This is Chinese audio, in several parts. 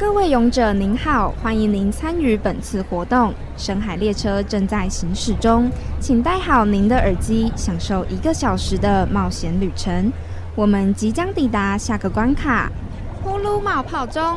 各位勇者您好，欢迎您参与本次活动。深海列车正在行驶中，请戴好您的耳机，享受1个小时的冒险旅程。我们即将抵达下个关卡，呼噜冒泡中。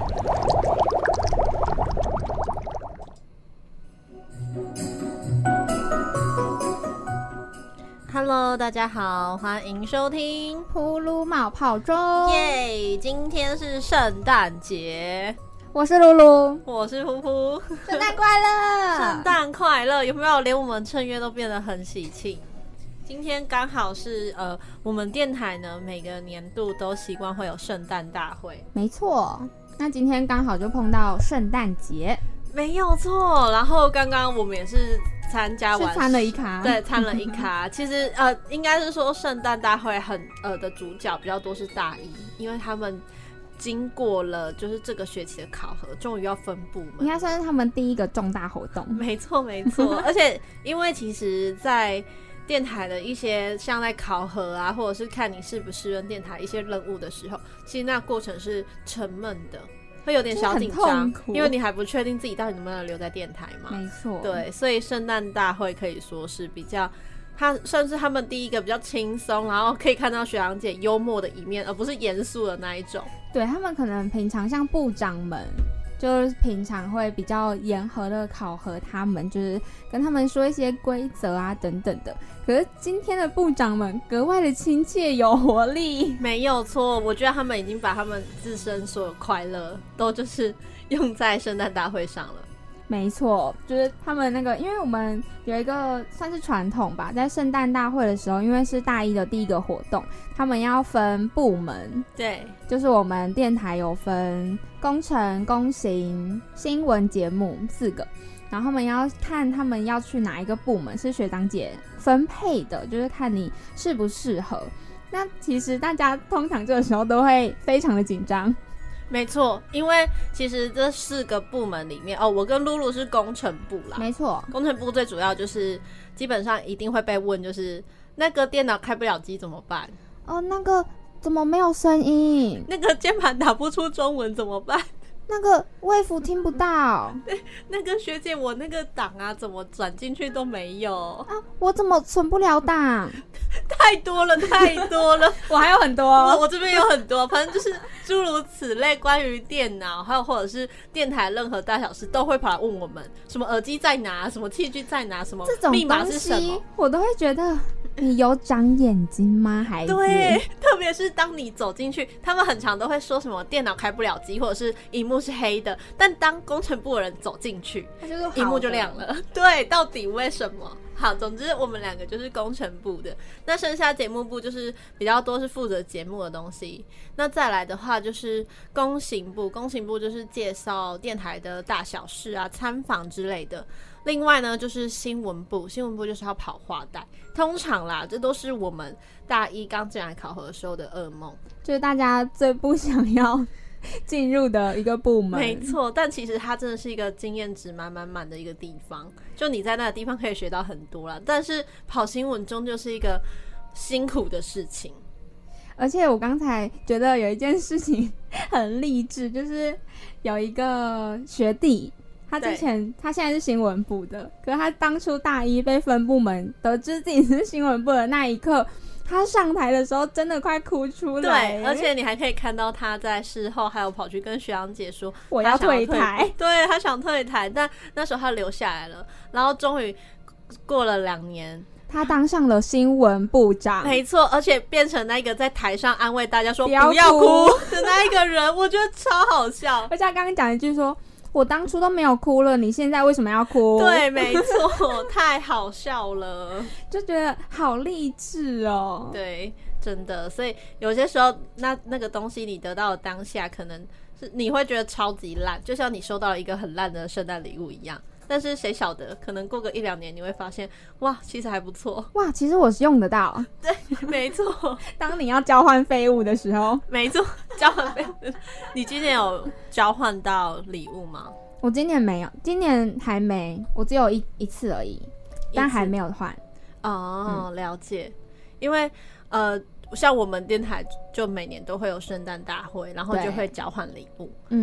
Hello， 大家好，欢迎收听呼噜冒泡中。 耶！今天是圣诞节， 我是露露， 我是呼呼， 圣诞快乐！ 圣诞快乐！有没有连我们趁月都变得很喜庆？今天刚好是我们电台呢每个年度都习惯会有圣诞大会， 没错。那今天刚好就碰到圣诞节， 没有错。然后刚刚我们也是参加完， 是参了一咖， 对，参了一咖。其实应该是说圣诞大会的主角比较多是大一，因为他们经过了就是这个学期的考核，终于要分部门， 应该算是他们第一个重大活动。 没错没错。而且因为其实在电台的一些像在考核啊，或者是看你适不适应电台一些任务的时候，其实那过程是沉闷的，会有点小紧张，因为你还不确定自己到底能不能留在电台嘛。 没错， 对，所以圣诞大会可以说是比较，它算是他们第一个比较轻松，然后可以看到学长姐幽默的一面，而不是严肃的那一种。 对，他们可能平常像部长们，就是平常会比较严格的考核他们，就是跟他们说一些规则啊等等的。可是今天的部长们格外的亲切有活力， 没有错，我觉得他们已经把他们自身所有快乐都就是用在圣诞大会上了。 没错，就是他们那个，因为我们有一个算是传统吧，在圣诞大会的时候，因为是大一的第一个活动，他们要分部门， 对， 就是我们电台有分工程、工行、新闻节目4个，然后他们要看他们要去哪一个部门，是学长姐分配的，就是看你适不适合。那其实大家通常这个时候都会非常的紧张。 没错，因为其实这4个部门里面，我跟露露是工程部啦。 没错， 工程部最主要就是基本上一定会被问，就是那个电脑开不了机怎么办？ 那个怎么没有声音？ 那个键盘打不出中文怎么办？ 那个卫福听不到。 对，那个学姐我那个档啊怎么转进去都没有啊？ 我怎么存不了档？ 太多了太多了我还有很多我这边有很多，反正就是诸如此类，关于电脑还有或者是电台任何大小事都会跑来问我们，什么耳机在哪，什么器具在哪，什么密码是什么， 我都会觉得你有长眼睛吗孩子？ 对，特别是当你走进去，他们很常都会说什么电脑开不了机，或者是萤幕是黑的，但当工程部的人走进去，萤幕就亮了。对，到底为什么？好，总之我们2个就是工程部的，那剩下节目部就是比较多是负责节目的东西。那再来的话就是工行部，工行部就是介绍电台的大小事啊、参访之类的。另外呢就是新闻部，新闻部就是要跑话带，通常啦，这都是我们大一刚进来考核的时候的噩梦， 就是大家最不想要进入的一个部门。 没错，但其实它真的是一个经验值满的一个地方，就你在那个地方可以学到很多啦，但是跑新闻终究是一个辛苦的事情。 而且我刚才觉得有一件事情很励志，就是有一个学弟，他现在是新闻部的，可是他当初大一被分部门，得知自己是新闻部的那一刻，他上台的时候真的快哭出来。 对，而且你还可以看到他在事后还有跑去跟学长姐说我要退台， 对，他想退台，但那时候他留下来了，然后终于过了2年， 他当上了新闻部长。 没错，而且变成那个在台上安慰大家说不要哭的那一个人，我觉得超好笑。 而且他刚刚讲一句说我当初都没有哭了，你现在为什么要哭？ 对，没错，太好笑了， 就觉得好励志哦。 对，真的，所以有些时候那个东西你得到的当下，可能是你会觉得超级烂，就像你收到了一个很烂的圣诞礼物一样。但是谁晓得，可能过个1-2年，你会发现，哇，其实还不错。 哇，其实我是用得到。 对，没错。 当你要交换废物的时候， 没错，交换废物。你今年有交换到礼物吗？ 我今年没有，今年还没，我只有一次而已，但还没有换。 了解。因为像我们电台就每年都会有圣诞大会，然后就会交换礼物。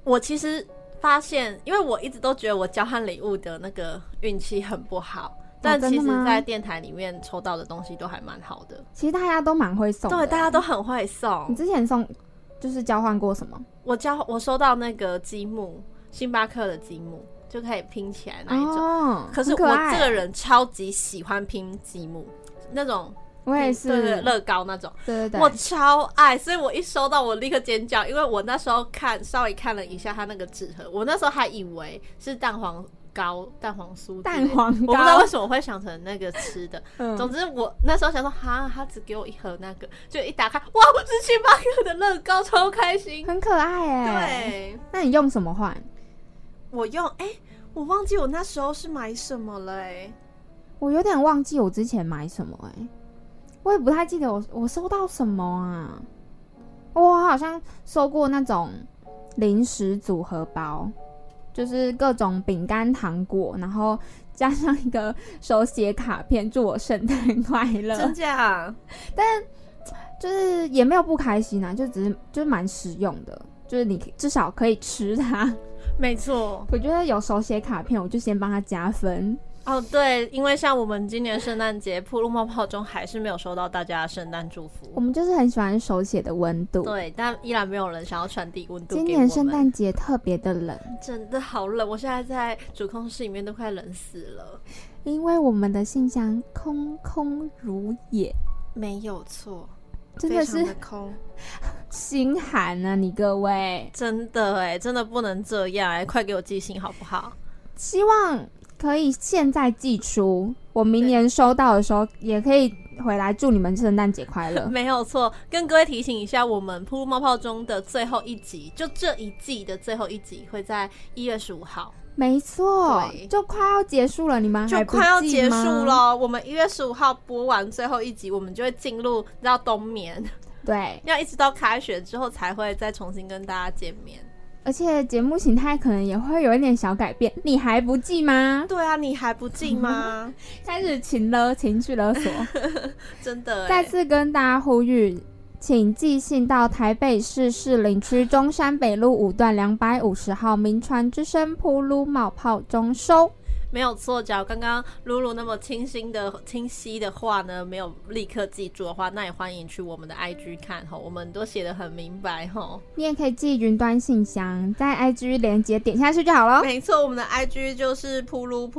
我其实发现，因为我一直都觉得我交换礼物的那个运气很不好，但其实在电台里面抽到的东西都还蛮好的。 其实大家都蛮会送的。 对，大家都很会送。 你之前送就是交换过什么？ 我收到那个积木，星巴克的积木就可以拼起来那一种。可是我这个人超级喜欢拼积木，那种我也是， 对乐高那种， 对， 我超爱，所以我一收到我立刻尖叫，因为我那时候稍微看了一下它那个纸盒，我那时候还以为是蛋黄酥， 蛋黄糕， 我不知道为什么会想成那个吃的。总之我那时候想说，他只给我一盒那个，就一打开，哇，是星巴克的乐高，超开心， 很可爱对， 那你用什么换？ 我用我忘记我那时候是买什么了我有点忘记我之前买什么我也不太记得我收到什么啊。我好像收过那种零食组合包，就是各种饼干糖果，然后加上一个手写卡片，祝我圣诞快乐。 真假？ 但就是也没有不开心啊，就是蛮实用的，就是你至少可以吃它。 没错， 我觉得有手写卡片，我就先帮他加分。 对，因为像我们今年圣诞节铺路冒泡中还是没有收到大家的圣诞祝福。 我们就是很喜欢手写的温度， 对，但依然没有人想要传递温度给我们。 今年圣诞节特别的冷， 真的好冷，我现在在主控室里面都快冷死了。 因为我们的信箱空空如也， 没有错， 真的是非常的空， 心寒啊！你各位， 真的真的不能这样快给我寄信好不好？ 希望可以现在寄出，我明年收到的时候也可以回来祝你们圣诞节快乐。 没有错，跟各位提醒一下，我们铺路冒泡中的最后一集，就这一季的最后一集会在1月15号。 没错，就快要结束了，你们还不记吗？就快要结束了，我们1月15号播完最后一集，我们就会进入冬眠。 对， 要一直到开学之后才会再重新跟大家见面。 而且节目形态可能也会有一点小改变，你还不记吗？ 对啊，你还不记吗？ 开始情绪勒索， 真的再次跟大家呼吁，请寄信到台北市士林区中山北路5段250号民传之声铺路冒泡中收。 没有错，只要刚刚露露那么清晰的话呢，没有立刻记住的话，那也欢迎去我们的 IG 看我们都写得很明白你也可以寄云端信箱，在 IG 连结点下去就好了。 没错，我们的 IG 就是铺路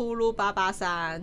883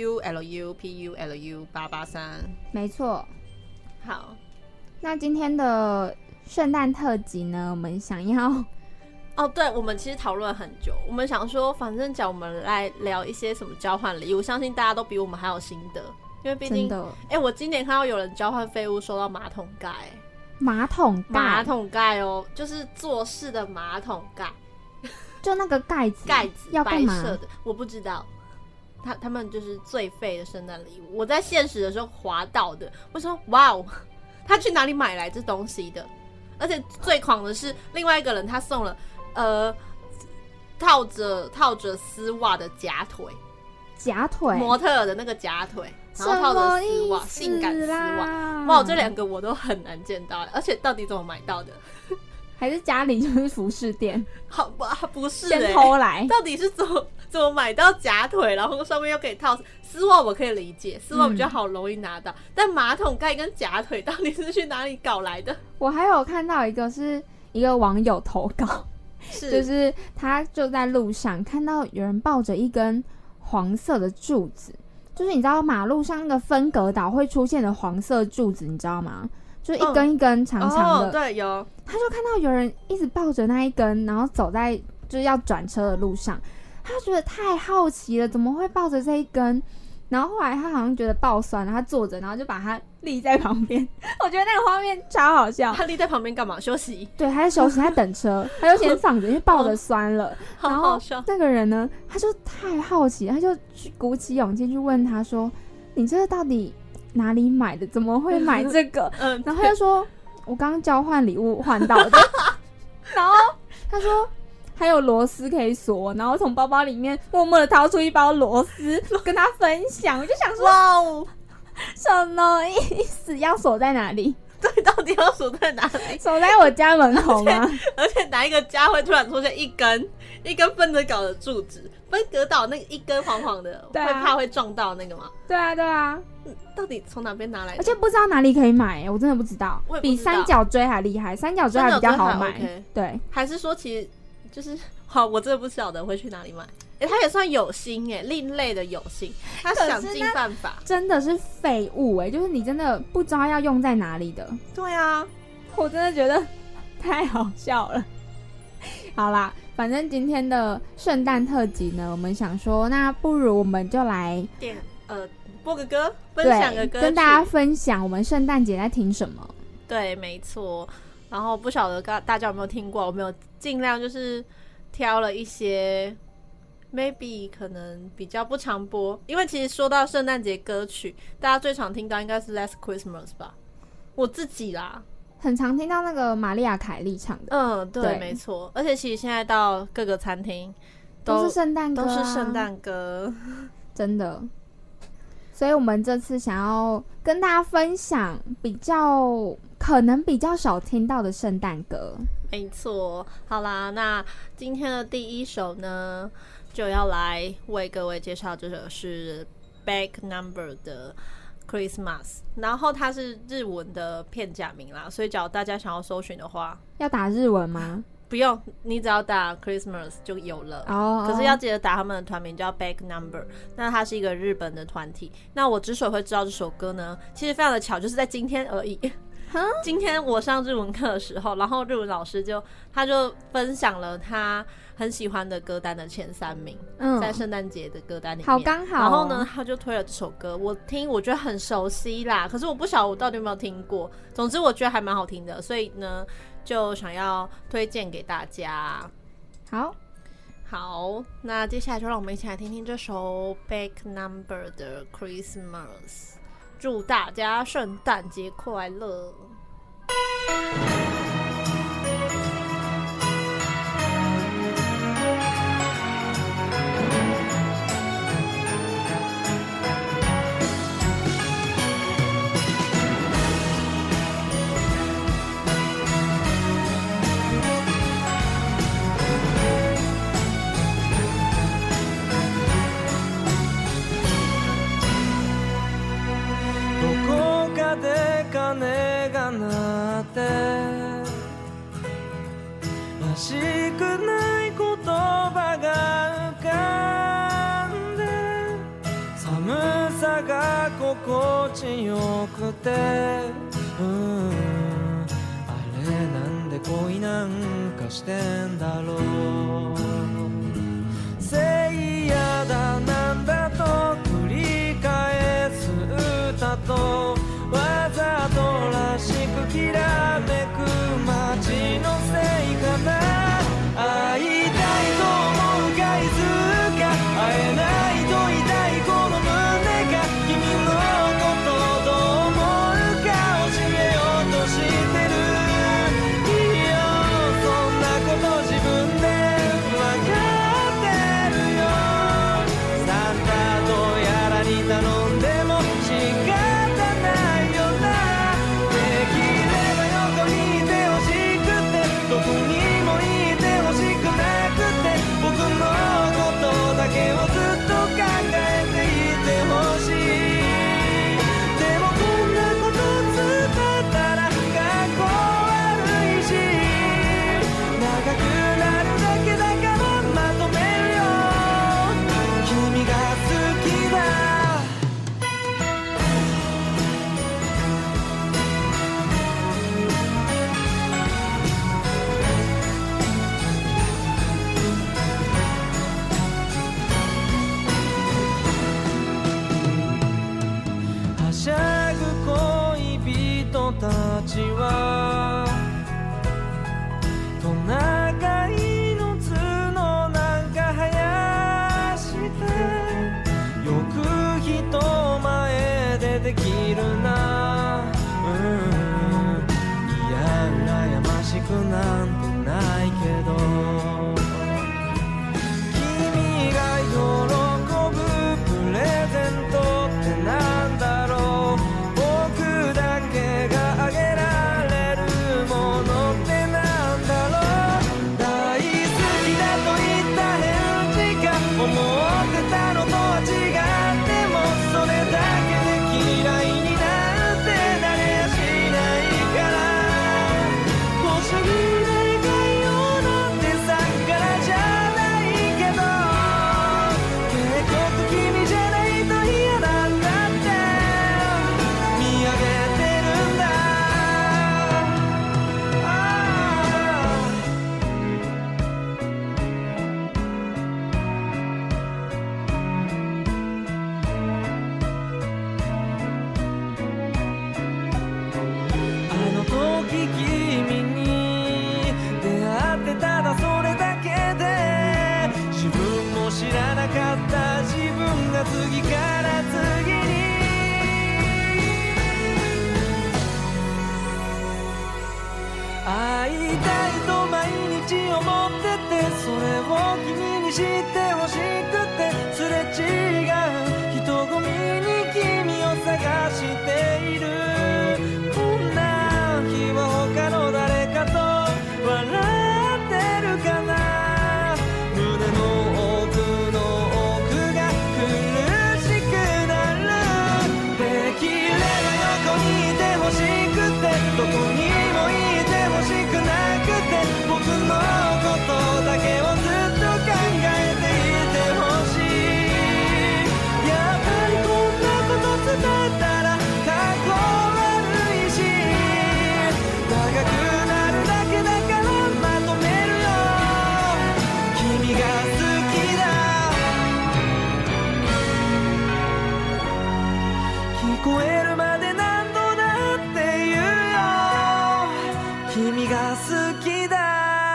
PULU 883。 没错。 好， 那今天的圣诞特辑呢，我们想要对，我们其实讨论很久，我们想说反正讲我们来聊一些什么交换礼物，相信大家都比我们还有心得，因为毕竟我今年看到有人交换废物收到马桶盖。马桶盖就是坐式的马桶盖， 就那个盖子要白色的，我不知道，他们就是最废的圣诞礼物，我在现实的时候滑到的，我说哇哦，他去哪里买来这东西的？而且最狂的是另外一个人他送了套着丝袜的假腿，模特儿的那个假腿，然后套着丝袜，性感丝袜。哇，这两个我都很难见到，而且到底怎么买到的？ 还是家里就是服饰店？ 好吧，不是先偷来。 到底是怎么买到假腿，然后上面又可以套丝袜？我可以理解，丝袜比较好容易拿到，但马桶盖跟假腿到底是去哪里搞来的？ 我还有看到一个是一个网友投稿，就是他就在路上看到有人抱着一根黄色的柱子，就是你知道马路上那个分隔岛会出现的黄色柱子，你知道吗？就是一根一根长长的。 对，有。 他就看到有人一直抱着那一根，然后走在就是要转车的路上，他就觉得太好奇了，怎么会抱着这一根？然后后来他好像觉得抱酸了，他坐着，然后就把它立在旁边。我觉得那个画面超好笑。 他立在旁边干嘛？休息？ 对，他在休息，他等车，他就先放着，因为抱着酸了。 好好笑。 那个人呢，他就太好奇，他就鼓起勇气去问他说：“你这个到底哪里买的？怎么会买这个？”然后他就说：“我刚交换礼物换到的。”然后他说还有螺丝可以锁，然后从包包里面默默的掏出一包螺丝跟他分享。我就想说，哇哦，什么意思？要锁在哪里？ 对，到底要锁在哪里？ 锁在我家门口吗？ 而且哪一个家会突然出现一根分隔岛的柱子？分隔岛那一根黄黄的，会怕会撞到那个吗？ 对啊，对啊。 到底从哪边拿来的？ 而且不知道哪里可以买，我真的不知道。比三角锥还厉害，三角锥还比较好买。 OK、 对， 还是说其实就是好，我真的不晓得会去哪里买。它也算有心另类的有心，他想尽办法。 真的是废物就是你真的不知道要用在哪里的。 对啊， 我真的觉得太好笑了。好啦，反正今天的圣诞特辑呢，我们想说，那不如我们就来播个歌，分享个歌曲， 跟大家分享我们圣诞节在听什么。 对，没错。然后不晓得大家有没有听过，我们有尽量就是挑了一些 maybe 可能比较不常播，因为其实说到圣诞节歌曲，大家最常听到应该是 Last Christmas 吧，我自己啦很常听到那个玛丽亚凯莉唱的。 对，没错。而且其实现在到各个餐厅都是圣诞歌都是圣诞歌， 真的。所以我们这次想要跟大家分享可能比较少听到的圣诞歌。 没错。好啦，那今天的第一首呢，就要来为各位介绍，这首是 Back Number 的 Christmas， 然后它是日文的片假名啦，所以假如大家想要搜寻的话， 要打日文吗？ 不用，你只要打 Christmas 就有了。可是要记得打他们的团名叫 Back Number， 那它是一个日本的团体。那我之所以会知道这首歌呢，其实非常的巧，就是在今天而已。今天我上日文课的时候，然后日文老师他就分享了他很喜欢的歌单的前3名，在圣诞节的歌单里面， 好刚好。 然后呢，他就推了这首歌，我觉得很熟悉啦，可是我不晓得我到底有没有听过。总之我觉得还蛮好听的，所以呢，就想要推荐给大家。好，那接下来就让我们一起来听听这首 Back Number 的 Christmas。祝大家圣诞节快乐！ 鐘が鳴ってらしくない言葉が浮かんで寒さが心地よくてあれなんで恋なんかしてんだろうせいやだなんだと繰り返す歌とわざとらしくきらめく街のせいかな会いたいと思うかいつか会えないと痛いこの胸が君のことどう思うか教えようとしてるいいよそんなこと自分でわかってるよサンタどうやらに頼んでも仕方ないよなできれば横にいてほしくてどこにもいてほしくなくて僕のことだけをずっと考えていてほしいでもこんなこと伝ったら学校悪いし長くなるだけだからまとめるよ君が好きだはしゃぐ恋人たちはトナカイの角なんか生やしてよく人前でできるないや羨ましくなんてないけど君が喜ぶプレゼントってなんだろう僕だけがあげら超えるまで何度だって言うよ君が好きだ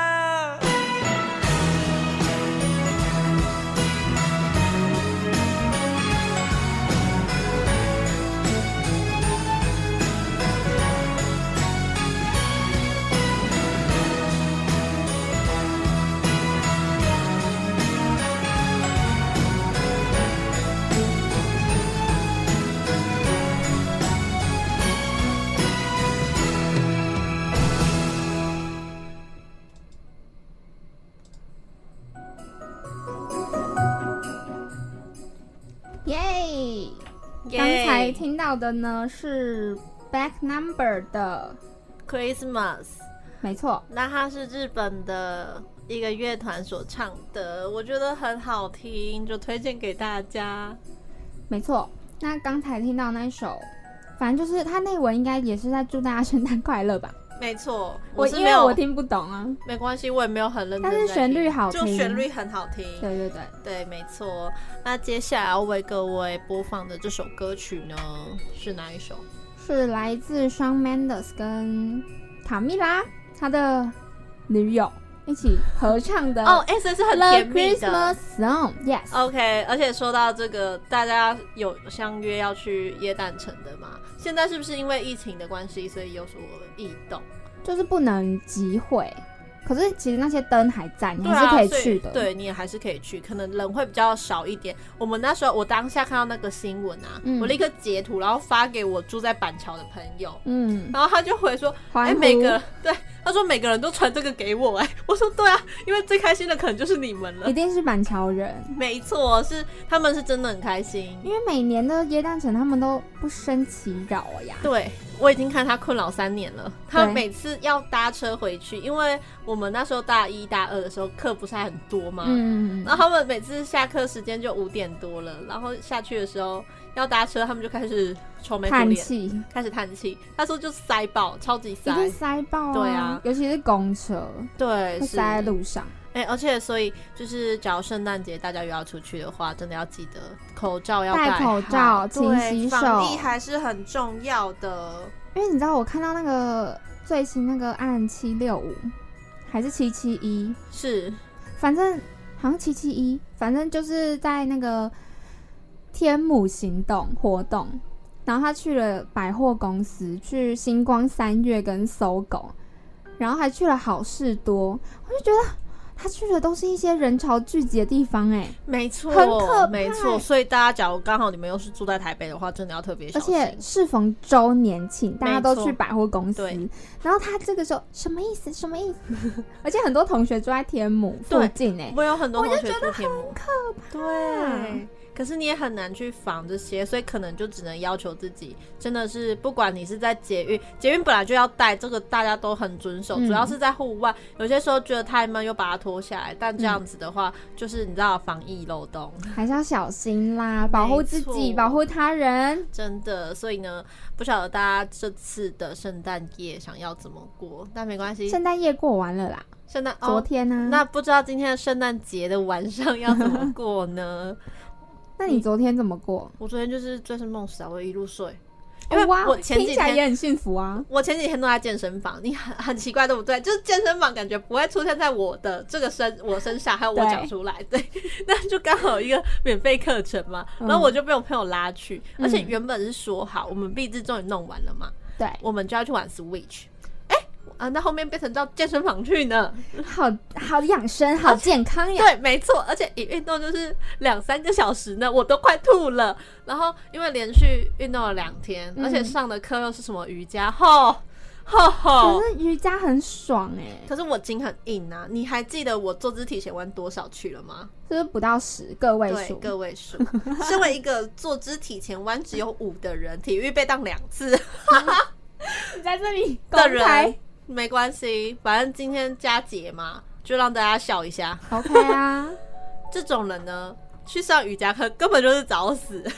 耶！刚才听到的呢是 Back Number 的 Christmas， 没错， 那它是日本的一个乐团所唱的，我觉得很好听，就推荐给大家。 没错。那刚才听到那一首，反正就是它内文应该也是在祝大家圣诞快乐吧？ 没错， 因为我听不懂啊， 没关系，我也没有很认真在听， 但是旋律好听， 就旋律很好听。 对对对对，没错。那接下来要为各位播放的这首歌曲呢，是哪一首？ 是来自 Shawn Mendes 跟卡蜜拉他的女友一起合唱的哦，所以是很甜蜜的 The Christmas Song，Yes。 OK， 而且说到这个，大家有相约要去耶诞城的吗？现在是不是因为疫情的关系，所以有所异动？ 就是不能集会，可是其实那些灯还在，你还是可以去的。 对，你也还是可以去，可能人会比较少一点。我们那时候，我当下看到那个新闻啊，我立刻截图，然后发给我住在板桥的朋友，然后他就回说，每个人对。他说每个人都传这个给我，我说对啊，因为最开心的可能就是你们了， 一定是板桥人， 没错，他们是真的很开心， 因为每年的耶诞城他们都不胜其扰呀。 对，我已经看他困扰3年了，他每次要搭车回去，因为我们那时候大1大2的时候课不是还很多吗？然后他们每次下课时间就5点多了，然后下去的时候要搭车，他们就开始愁眉苦脸，开始叹气。他说就塞爆，超级塞， 一定塞爆啊！ 对啊， 尤其是公车， 对， 会塞在路上。 而且所以就是假如圣诞节大家又要出去的话，真的要记得口罩要戴口罩，勤洗手， 防疫还是很重要的。 因为你知道我看到那个最新那个案765还是771， 是， 反正好像771，反正就是在那个天母行动活动，然后他去了百货公司，去星光3月跟搜狗，然后还去了好事多，我就觉得他去的都是一些人潮聚集的地方， 没错， 很可怕， 没错。所以大家假如刚好你们又是住在台北的话，真的要特别小心。 而且适逢周年庆，大家都去百货公司，然后他这个时候什么意思？什么意思？而且很多同学住在天母附近， 我有很多同学住天母， 很可怕。 对。可是你也很难去防这些，所以可能就只能要求自己，真的是不管你是在捷运本来就要戴，这个大家都很遵守，主要是在户外，有些时候觉得太闷又把它脱下来，但这样子的话，就是你知道防疫漏洞， 还是要小心啦，保护自己，保护他人， 真的。所以呢，不晓得大家这次的圣诞夜想要怎么过，但没关系， 圣诞夜过完了啦，昨天啊， 那不知道今天的圣诞节的晚上要怎么过呢？ 那你昨天怎么过？ 我昨天就是醉生梦死啊，我一路睡。 因为我前几天听起来也很幸福啊。 我前几天都在健身房，你很奇怪对不对？就是健身房感觉不会出现在我的这个我身上，还有我讲出来，对，那就刚好有一个免费课程嘛，然后我就被我朋友拉去，而且原本是说好，我们毕制终于弄完了嘛， 对，我们就要去玩 Switch。那后面变成到健身房去呢， 好养生，好健康呀。 对，没错，而且一运动就是2-3个小时呢，我都快吐了。然后因为连续运动了2天，而且上的课又是什么瑜伽，可是瑜伽很爽可是我筋很硬啊。你还记得我坐姿体前弯多少去了吗？ 就是不到10，个位数。 对，个位数。身为一个坐姿体前弯只有5的人，体育被当2次， 你在这里公开。 没关系，反正今天佳节嘛，就让大家笑一下。 OK 啊， 这种人呢，去上瑜伽课根本就是找死。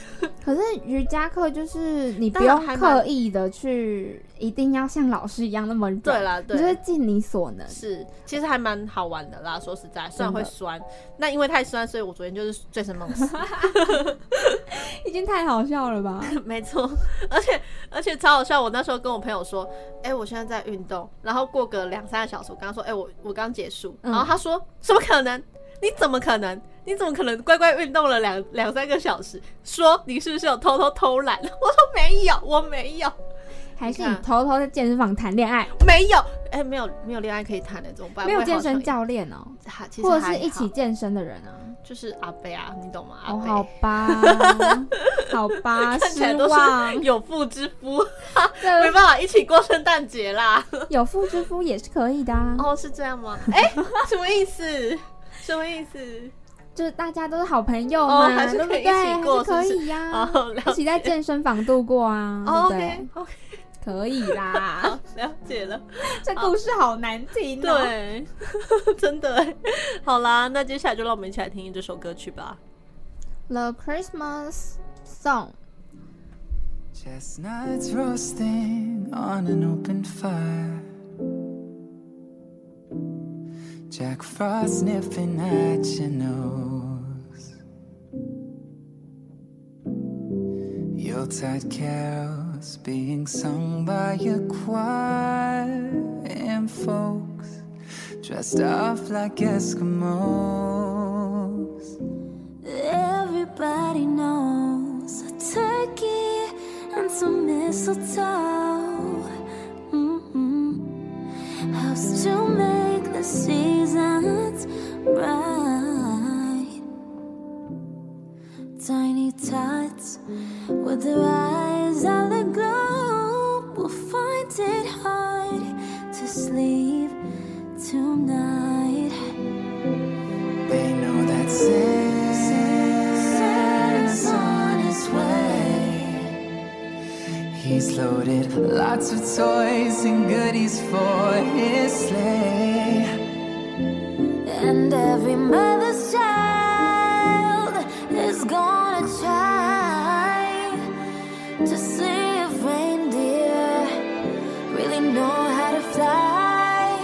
可是瑜伽课就是你不用刻意的去一定要像老师一样那么软， 对啦，对， 就是尽你所能。 是，其实还蛮好玩的啦。说实在，虽然会酸，那因为太酸，所以我昨天就是醉生梦死， 已经太好笑了吧？ 没错，而且超好笑。我那时候跟我朋友说，我现在在运动，然后过个2-3个小时，我跟他说，我刚结束，然后他说，怎么可能？你怎么可能乖乖运动了2-3个小时？说你是不是有偷懒？我说没有，我没有。 还是你偷偷在健身房谈恋爱？ 没有，没有恋爱可以谈的，怎么办？ 没有健身教练哦，或者是一起健身的人啊， 就是阿伯啊，你懂吗？ 哦，好吧，好吧， 看起来都是有妇之夫，没办法一起过圣诞节啦。 有妇之夫也是可以的啊。 哦，是这样吗？什么意思？什么意思？ 就是大家都是好朋友嘛， 还是可以一起过， 可以呀，一起在健身房度过啊，对不对？可以啦， 了解了。 这故事好难听哦， 对，真的。好啦，那接下来就让我们一起来听这首歌曲吧。 The Christmas Song. Chestnuts roasting on an open fire, Jack Frost nipping at your nose, Yuletide carols being sung by a choir, and folks dressed up like Eskimos. Everybody knows a turkey and some mistletoe helps to make the seasons bright. Tiny tots with their eyes out the globe will find it hard to sleep tonight. They know that Santa's on his way. He's loaded lots of toys and goodies for his sleigh. And every mother's child is gonna try to see if reindeer really know how to fly.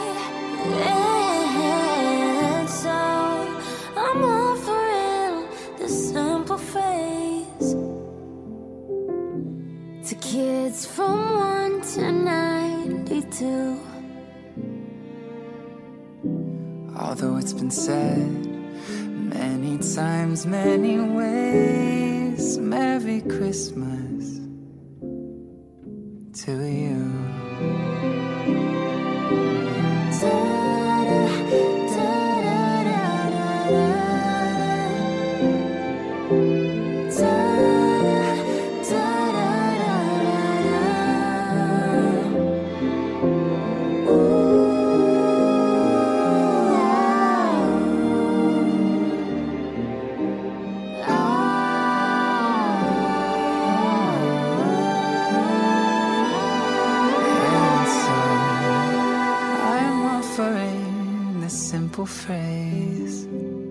And so I'm offering this simple phrase to kids from 1 to 92. Although it's been said many times, many ways, Merry Christmas to you. Phrase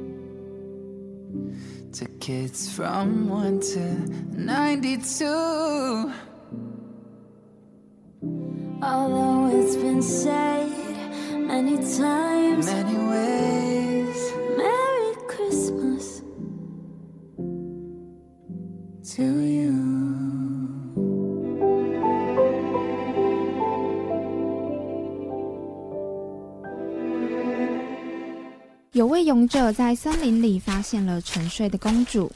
to kids from 1 to 92. Although it's been said many times, many ways, Merry Christmas to you. 有位勇者在森林里发现了沉睡的公主。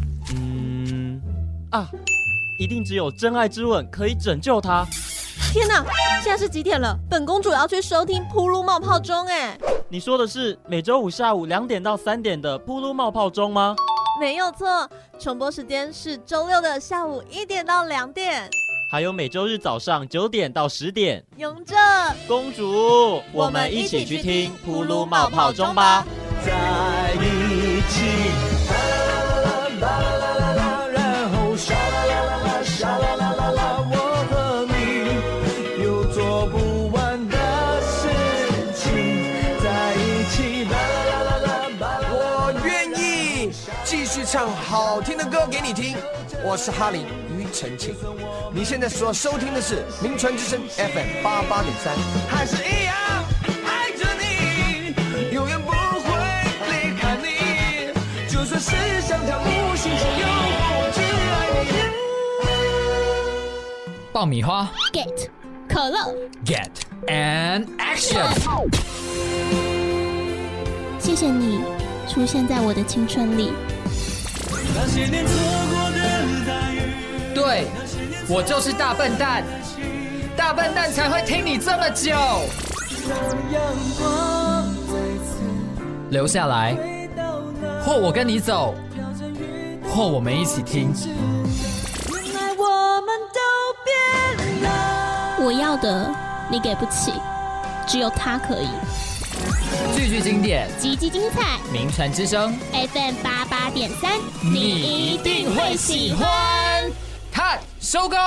一定只有真爱之吻可以拯救她。 天哪，现在是几点了？本公主要去收听噗噜冒泡钟哎。 你说的是每周五下午2点到3点的噗噜冒泡钟吗？ 没有错，重播时间是周六的下午1点到2点。 还有每周日早上9点到10点。 勇者公主，我们一起去听噗噜冒泡钟吧。 在一起，啦啦啦啦啦，然后沙啦啦啦啦，沙啦啦啦啦，我和你有做不完的事情，在一起，啦啦啦啦啦，我愿意继续唱好好听的歌给你听。我是哈林庾澄庆，你现在所收听的是名传之声 FM 88.3，还是一样爱着你，永远不会离开你，就算是像条无形之诱惑，我只爱你。 爆米花 Get 可乐 Get and Action。 谢谢你出现在我的青春里。 那些年错过的大雨， 对，我就是大笨蛋，大笨蛋才会听你这么久。 让阳光再次留下来，或我跟你走，或我们一起听。 原来我们都变了。 我要的你给不起，只有他可以。 句句经典， 集集精彩名传之声 ，FM 88.3， 你一定会喜欢。看，收工。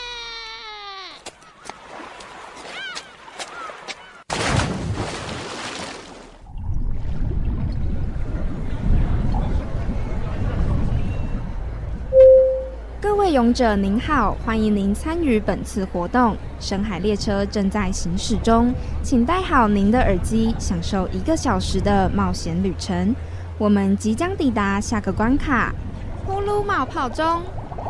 各位勇者您好，欢迎您参与本次活动。深海列车正在行驶中，请戴好您的耳机，享受1个小时的冒险旅程。我们即将抵达下个关卡——呼噜冒泡中。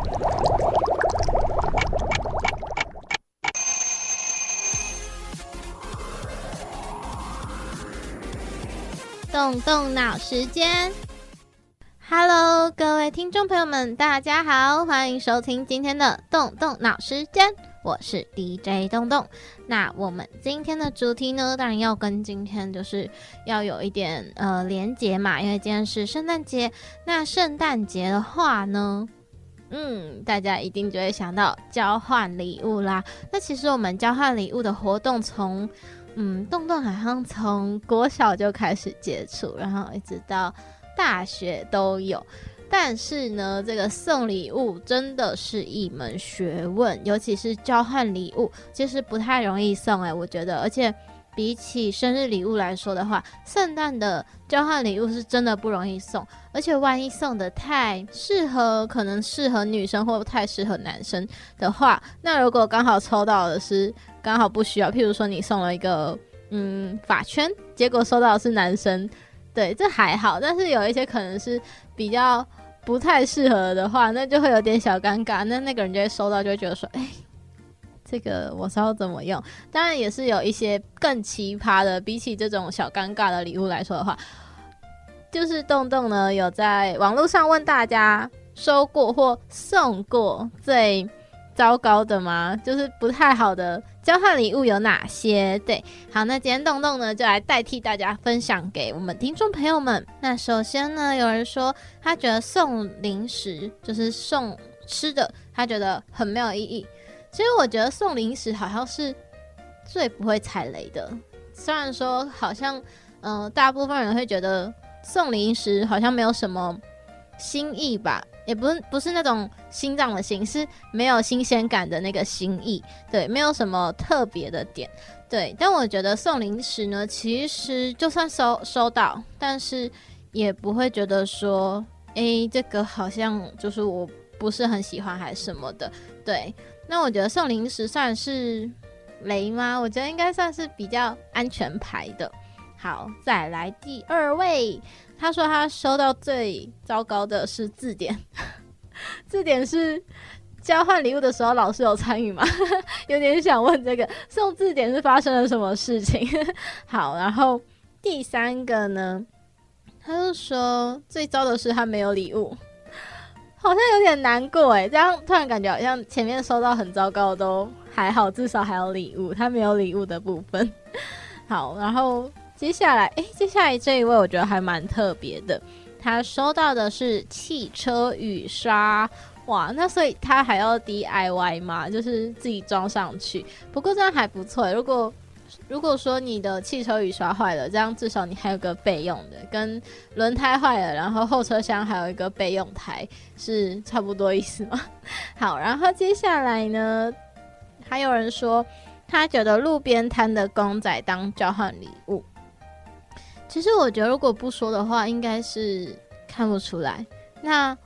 动动脑时间。Hello， 各位听众朋友们，大家好，欢迎收听今天的动动脑时间，我是 DJ 动动。那我们今天的主题呢，当然要跟今天就是要有一点连结嘛，因为今天是圣诞节。那圣诞节的话呢，大家一定就会想到交换礼物啦。那其实我们交换礼物的活动从动动好像从国小就开始接触，然后一直到大学都有。但是呢，这个送礼物真的是一门学问，尤其是交换礼物，其实不太容易送我觉得。而且比起生日礼物来说的话，圣诞的交换礼物是真的不容易送，而且万一送的太适合，可能适合女生或太适合男生的话，那如果刚好抽到的是刚好不需要，譬如说你送了一个发圈，结果收到的是男生，对，这还好。但是有一些可能是比较不太适合的话，那就会有点小尴尬，那个人就会收到，就会觉得说这个我是要怎么用。当然也是有一些更奇葩的，比起这种小尴尬的礼物来说的话，就是动动呢有在网络上问大家收过或送过最糟糕的吗？就是不太好的交换礼物有哪些？对，好，那今天动动呢就来代替大家分享给我们听众朋友们。那首先呢，有人说他觉得送零食就是送吃的，他觉得很没有意义。其实我觉得送零食好像是最不会踩雷的，虽然说好像大部分人会觉得送零食好像没有什么新意吧，也不是那种心脏的心，是没有新鲜感的那个心意，对，没有什么特别的点，对。但我觉得送零食呢，其实就算收到，但是也不会觉得说这个好像就是我不是很喜欢还是什么的，对。那我觉得送零食算是雷吗？我觉得应该算是比较安全牌的。好，再来第二位，他说他收到最糟糕的是字典。字典是交换礼物的时候老师有参与吗？有点想问这个送字典是发生了什么事情。好，然后第三个呢，他就说最糟的是他没有礼物，好像有点难过这样突然感觉好像前面收到很糟糕的都还好，至少还有礼物，他没有礼物的部分。好，然后接下来这一位我觉得还蛮特别的，他收到的是汽车雨刷。哇，那所以他还要 DIY 吗？就是自己装上去。不过这样还不错，如果说你的汽车雨刷坏了，这样至少你还有个备用的，跟轮胎坏了然后后车厢还有一个备用胎是差不多意思吗？好，然后接下来呢，还有人说他觉得路边摊的公仔当交换礼物。其实我觉得如果不说的话应该是看不出来，那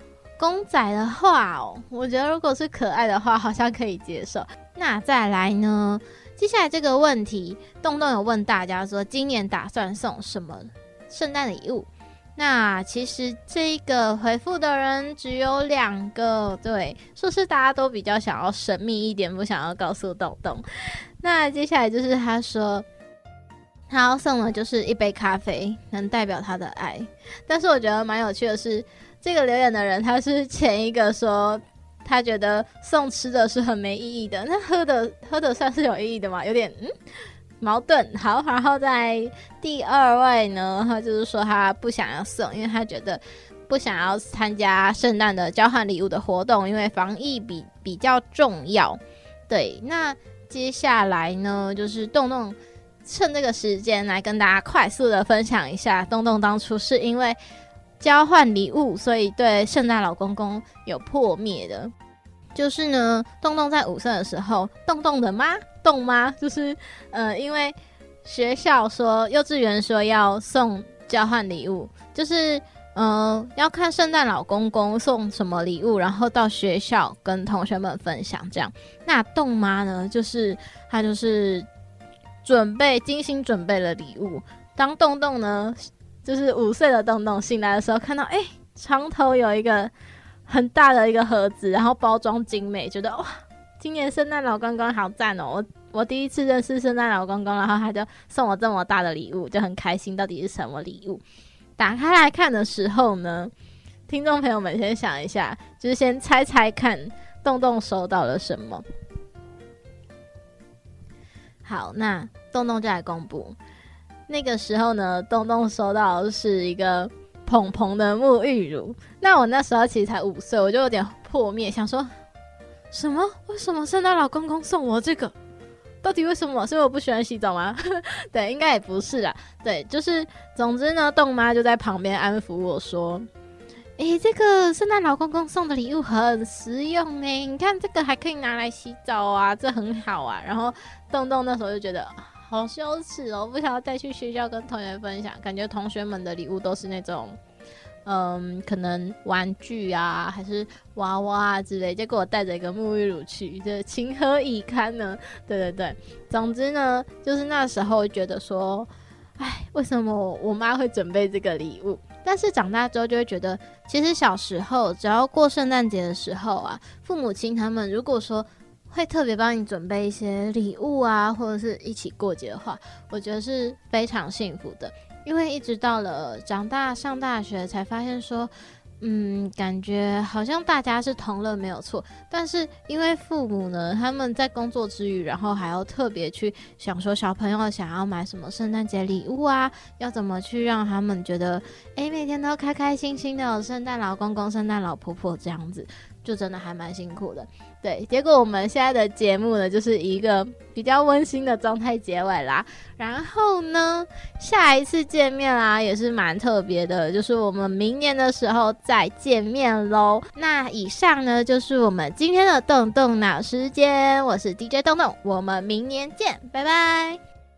公仔的话我觉得如果是可爱的话，好像可以接受。那再来呢，接下来这个问题，洞洞有问大家说，今年打算送什么圣诞礼物？那其实这个回复的人只有2个，对，说是大家都比较想要神秘一点，不想要告诉洞洞。那接下来就是他说他要送的就是一杯咖啡，能代表他的爱。但是我觉得蛮有趣的是，这个留言的人他是前一个说他觉得送吃的是很没意义的，那喝的算是有意义的吗？有点矛盾。好，然后在第2位呢，他就是说他不想要送，因为他觉得不想要参加圣诞的交换礼物的活动，因为防疫比较重要。对，那接下来呢，就是洞洞趁这个时间来跟大家快速的分享一下，洞洞当初是因为交换礼物，所以对圣诞老公公有破灭的。就是呢，洞洞在5岁的时候，洞洞的妈洞妈就是因为学校说幼稚园说要送交换礼物，就是要看圣诞老公公送什么礼物，然后到学校跟同学们分享这样。那洞妈呢，就是她就是精心准备了礼物。当洞洞呢，就是5岁的洞洞醒来的时候，看到床头有一个很大的一个盒子，然后包装精美，觉得哇，今年圣诞老公公好赞哦！我第一次认识圣诞老公公，然后他就送我这么大的礼物，就很开心。到底是什么礼物？打开来看的时候呢，听众朋友们先想一下，就是先猜猜看洞洞收到了什么。好，那洞洞就来公布。那个时候呢，洞洞收到的是一个蓬蓬的沐浴乳。那我那时候其实才5岁，我就有点破灭，想说什么？为什么圣诞老公公送我这个？到底为什么？是因为我不喜欢洗澡吗？对，应该也不是啦。对，就是总之呢，洞妈就在旁边安抚我说：“这个圣诞老公公送的礼物很实用呢，你看这个还可以拿来洗澡啊，这很好啊。”然后洞洞那时候就觉得好羞耻哦，不想要带去学校跟同学分享，感觉同学们的礼物都是那种可能玩具啊还是娃娃啊之类，结果我带着一个沐浴乳去，就情何以堪呢？对，总之呢，就是那时候觉得说，为什么我妈会准备这个礼物？但是长大之后就会觉得，其实小时候只要过圣诞节的时候啊，父母亲他们如果说会特别帮你准备一些礼物啊，或者是一起过节的话，我觉得是非常幸福的。因为一直到了长大上大学才发现说，感觉好像大家是同乐没有错，但是因为父母呢，他们在工作之余，然后还要特别去想说小朋友想要买什么圣诞节礼物啊，要怎么去让他们觉得每天都开开心心的有圣诞老公公圣诞老婆婆这样子，就真的还蛮辛苦的。对，结果我们现在的节目呢，就是一个比较温馨的状态结尾啦。然后呢，下一次见面啦，也是蛮特别的，就是我们明年的时候再见面咯。那以上呢，就是我们今天的动动脑时间，我是 DJ 洞洞，我们明年见，拜拜。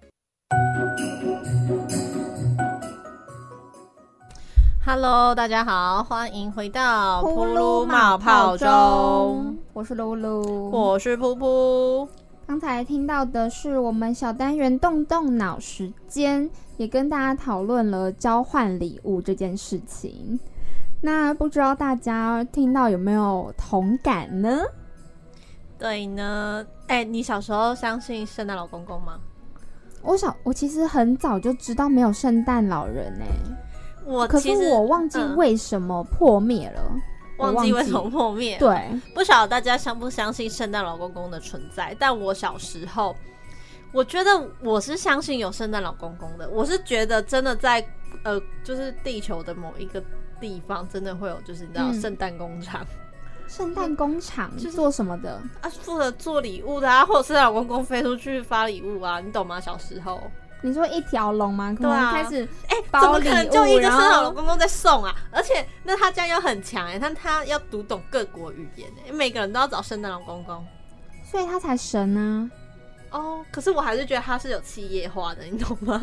Hello， 大家好，欢迎回到噗噜冒泡中。 我是露露， 我是噗噗。 刚才听到的是我们小单元动动脑时间，也跟大家讨论了交换礼物这件事情。那不知道大家听到有没有同感呢？ 对呢，你小时候相信圣诞老公公吗？ 我其实很早就知道没有圣诞老人可是我忘记为什么破灭了。 忘记为什么破灭了。 对， 不晓得大家相不相信圣诞老公公的存在，但我小时候我觉得我是相信有圣诞老公公的。我是觉得真的在就是地球的某一个地方真的会有，就是你知道圣诞工厂。 圣诞工厂是做什么的？ 负责做礼物的啊，或者圣诞老公公飞出去发礼物啊，你懂吗？小时候你说一条龙吗？可能开始怎么可能就一个圣诞老公公在送啊？而且那他这样又很强他要读懂各国语言每个人都要找圣诞老公公， 所以他才神啊。 可是我还是觉得他是有企业化的，你懂吗？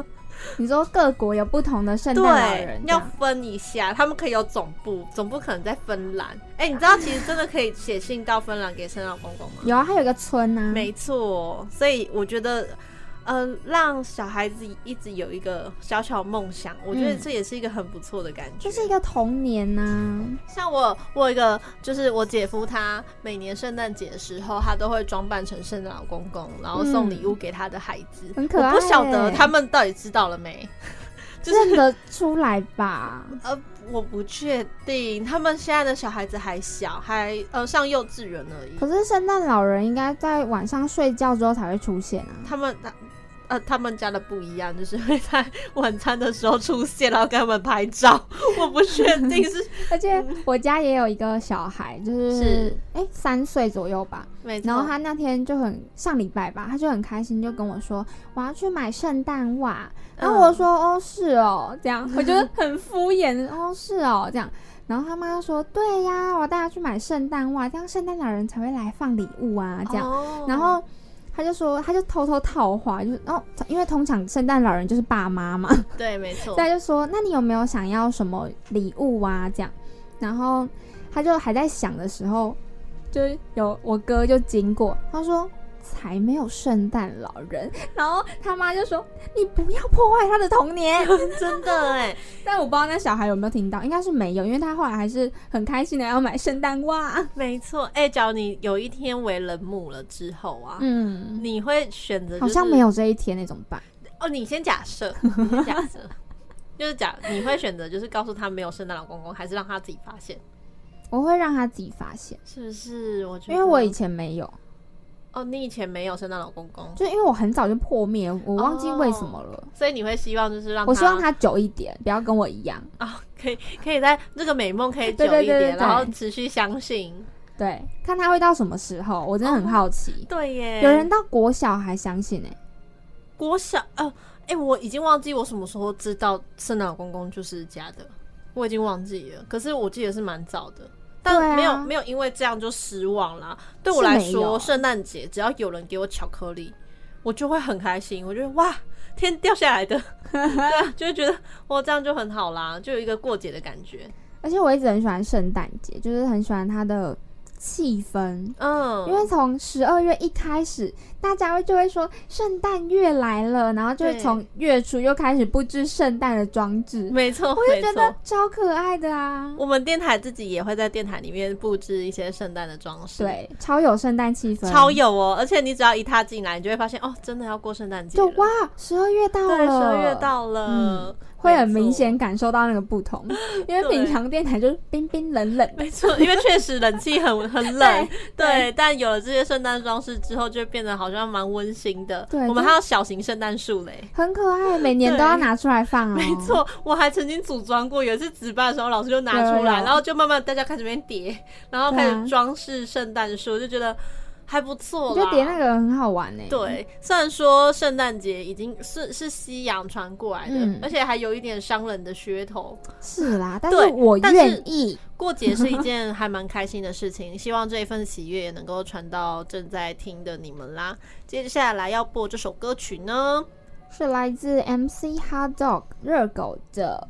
你说各国有不同的圣诞老人， 对，要分一下，他们可以有总部可能在芬兰。你知道其实真的可以写信到芬兰给圣诞老公公吗？ 有啊，还有一个村啊。 没错，所以我觉得。让小孩子一直有一个小小梦想，我觉得这也是一个很不错的感觉， 就是一个童年啊。 像我有一个，就是我姐夫，他每年圣诞节的时候，他都会装扮成圣诞老公公，然后送礼物给他的孩子， 很可爱。 我不晓得他们到底知道了没， 认得出来吧？ 我不确定，他们现在的小孩子还小，还上幼稚园而已。 可是圣诞老人应该在晚上睡觉之后才会出现啊。 他们家的不一样，就是会在晚餐的时候出现，然后跟他们拍照。我不确定是， 而且我家也有一个小孩，就是3岁左右吧。 没错。 然后他那天就上礼拜吧，他就很开心，就跟我说我要去买圣诞袜。然后我说哦是哦，这样我就很敷衍哦是哦这样。然后他妈说对呀，我带他去买圣诞袜，这样圣诞老人才会来放礼物啊这样。然后他就偷偷套话，就是因为通常圣诞老人就是爸妈嘛， 对，没错。 他就说，那你有没有想要什么礼物啊？这样，然后他就还在想的时候，就有我哥就经过，他说才没有圣诞老人，然后他妈就说你不要破坏他的童年， 真的但我不知道那小孩有没有听到，应该是没有，因为他后来还是很开心的要买圣诞袜。 没错，假如你有一天为人母了之后啊，你会选择、 好像没有这一天，那怎么办？ 你先假设，就是你会选择就是告诉他没有圣诞老公公，还是让他自己发现？ 我会让他自己发现， 是不是？我觉得因为我以前没有。 你以前没有圣诞老公公， 就因为我很早就破灭，我忘记为什么了。 所以你会希望就是让他， 我希望他久一点，不要跟我一样可以在这个美梦可以久一点，然后持续相信。 对，看他会到什么时候，我真的很好奇。 对耶， 有人到国小还相信国小我已经忘记我什么时候知道圣诞老公公就是假的，我已经忘记了。可是我记得是蛮早的。但没有因为这样就失望啦。对我来说，圣诞节只要有人给我巧克力，我就会很开心。我觉得哇，天掉下来的，对，就会觉得哇，这样就很好啦，就有一个过节的感觉。 而且我一直很喜欢圣诞节，就是很喜欢它的气氛，因为从12月一开始，大家就会说圣诞月来了，然后就会从月初又开始布置圣诞的装置。 没错， 我就觉得超可爱的啊！ 我们电台自己也会在电台里面布置一些圣诞的装饰， 对，超有圣诞气氛， 超有哦！而且你只要一踏进来，你就会发现真的要过圣诞节了， 就哇，12月到了， 对，12月到了。 会很明显感受到那个不同，因为平常电台就是冰冰冷冷， 没错，因为确实冷气很冷，对，但有了这些圣诞装饰之后，就变得好像蛮温馨的。对，我们还有小型圣诞树嘞， 很可爱，每年都要拿出来放没错，我还曾经组装过，有一次值班的时候，老师就拿出来，然后就慢慢大家开始边叠，然后开始装饰圣诞树，就觉得还不错啦， 我觉得叠那个很好玩对，虽然说圣诞节已经是西洋传过来的，而且还有一点商人的噱头。 是啦，但是我愿意。 过节是一件还蛮开心的事情，希望这一份喜悦也能够传到正在听的你们啦。接下来要播这首歌曲呢， 是来自 MC Hot Dog 热狗的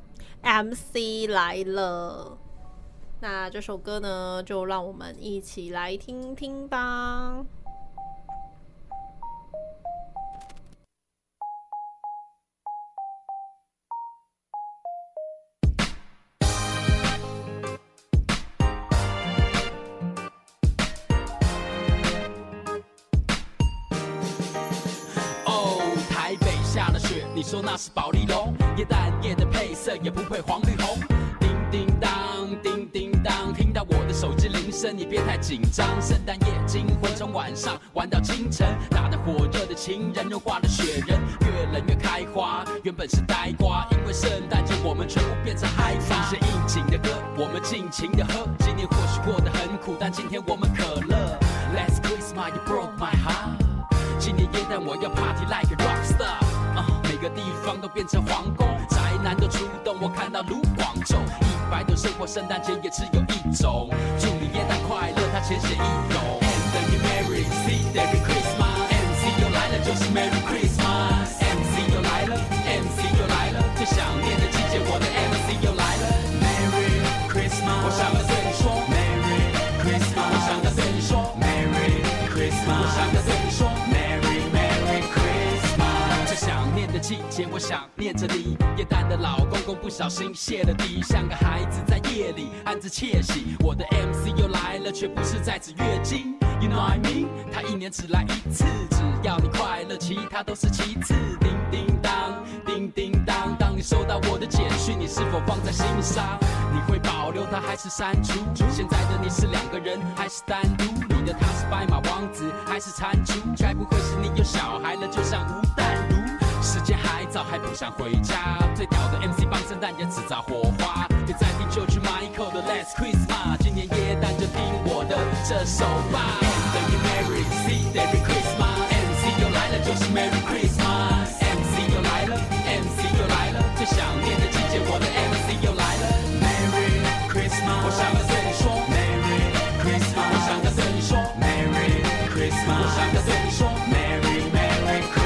MC 来了。那这首歌呢，就让我们一起来听听吧。 台北下了雪，你说那是保丽龙，耶诞夜的配色也不配黄绿红。叮叮当，叮叮当，听到我的手机铃声，你别太紧张。圣诞夜惊魂，从晚上玩到清晨，打得火热的情人融化了雪人，越冷越开花，原本是呆瓜，因为圣诞节我们全部变成嗨发。是应景的歌，我们尽情的喝。今年或许过得很苦，但今天我们可乐。Last Christmas you broke my heart。今年耶诞我要 party like a rockstar，每个地方都变成皇宫，宅男都出动，我看到卢广仲，100种生活，圣诞节也只有一种。祝你耶诞快乐，他浅显易懂。And you Merry Merry Christmas，MC 又来了，就是 Merry Christmas，MC 又来了，MC 又来了。 想要对你说 Merry Merry Christmas。最想念的季节，我想念着你。耶诞的老公公不小心泄了底，像个孩子在夜里暗自窃喜。我的 MC 又来了，却不是在指月经。You know what I mean？ 他一年只来一次，只要你快乐，其他都是其次。叮叮当，叮叮当，当你收到我的简讯，你是否放在心上？你会保留它还是删除？现在的你是两个人还是单独？你的他是白马王子还是蟾蜍？该不会是你有小孩了，就像吴淡如？时间还早，还不想回家。最屌的 MC 帮圣诞节制造火花，别再听就去 Michael 的 Last Christmas。今年耶诞就听我的这首吧。M 等于 Merry C 等于 Christmas，MC 又来了就是 Merry Christmas。MC 又来了 ，MC 又来了，最想念的季节，我的 MC 又来了。Merry Christmas， 我想要对你说 Merry Christmas， 我想要对你说 Merry Christmas， 我想要对你说 Merry Merry Christmas。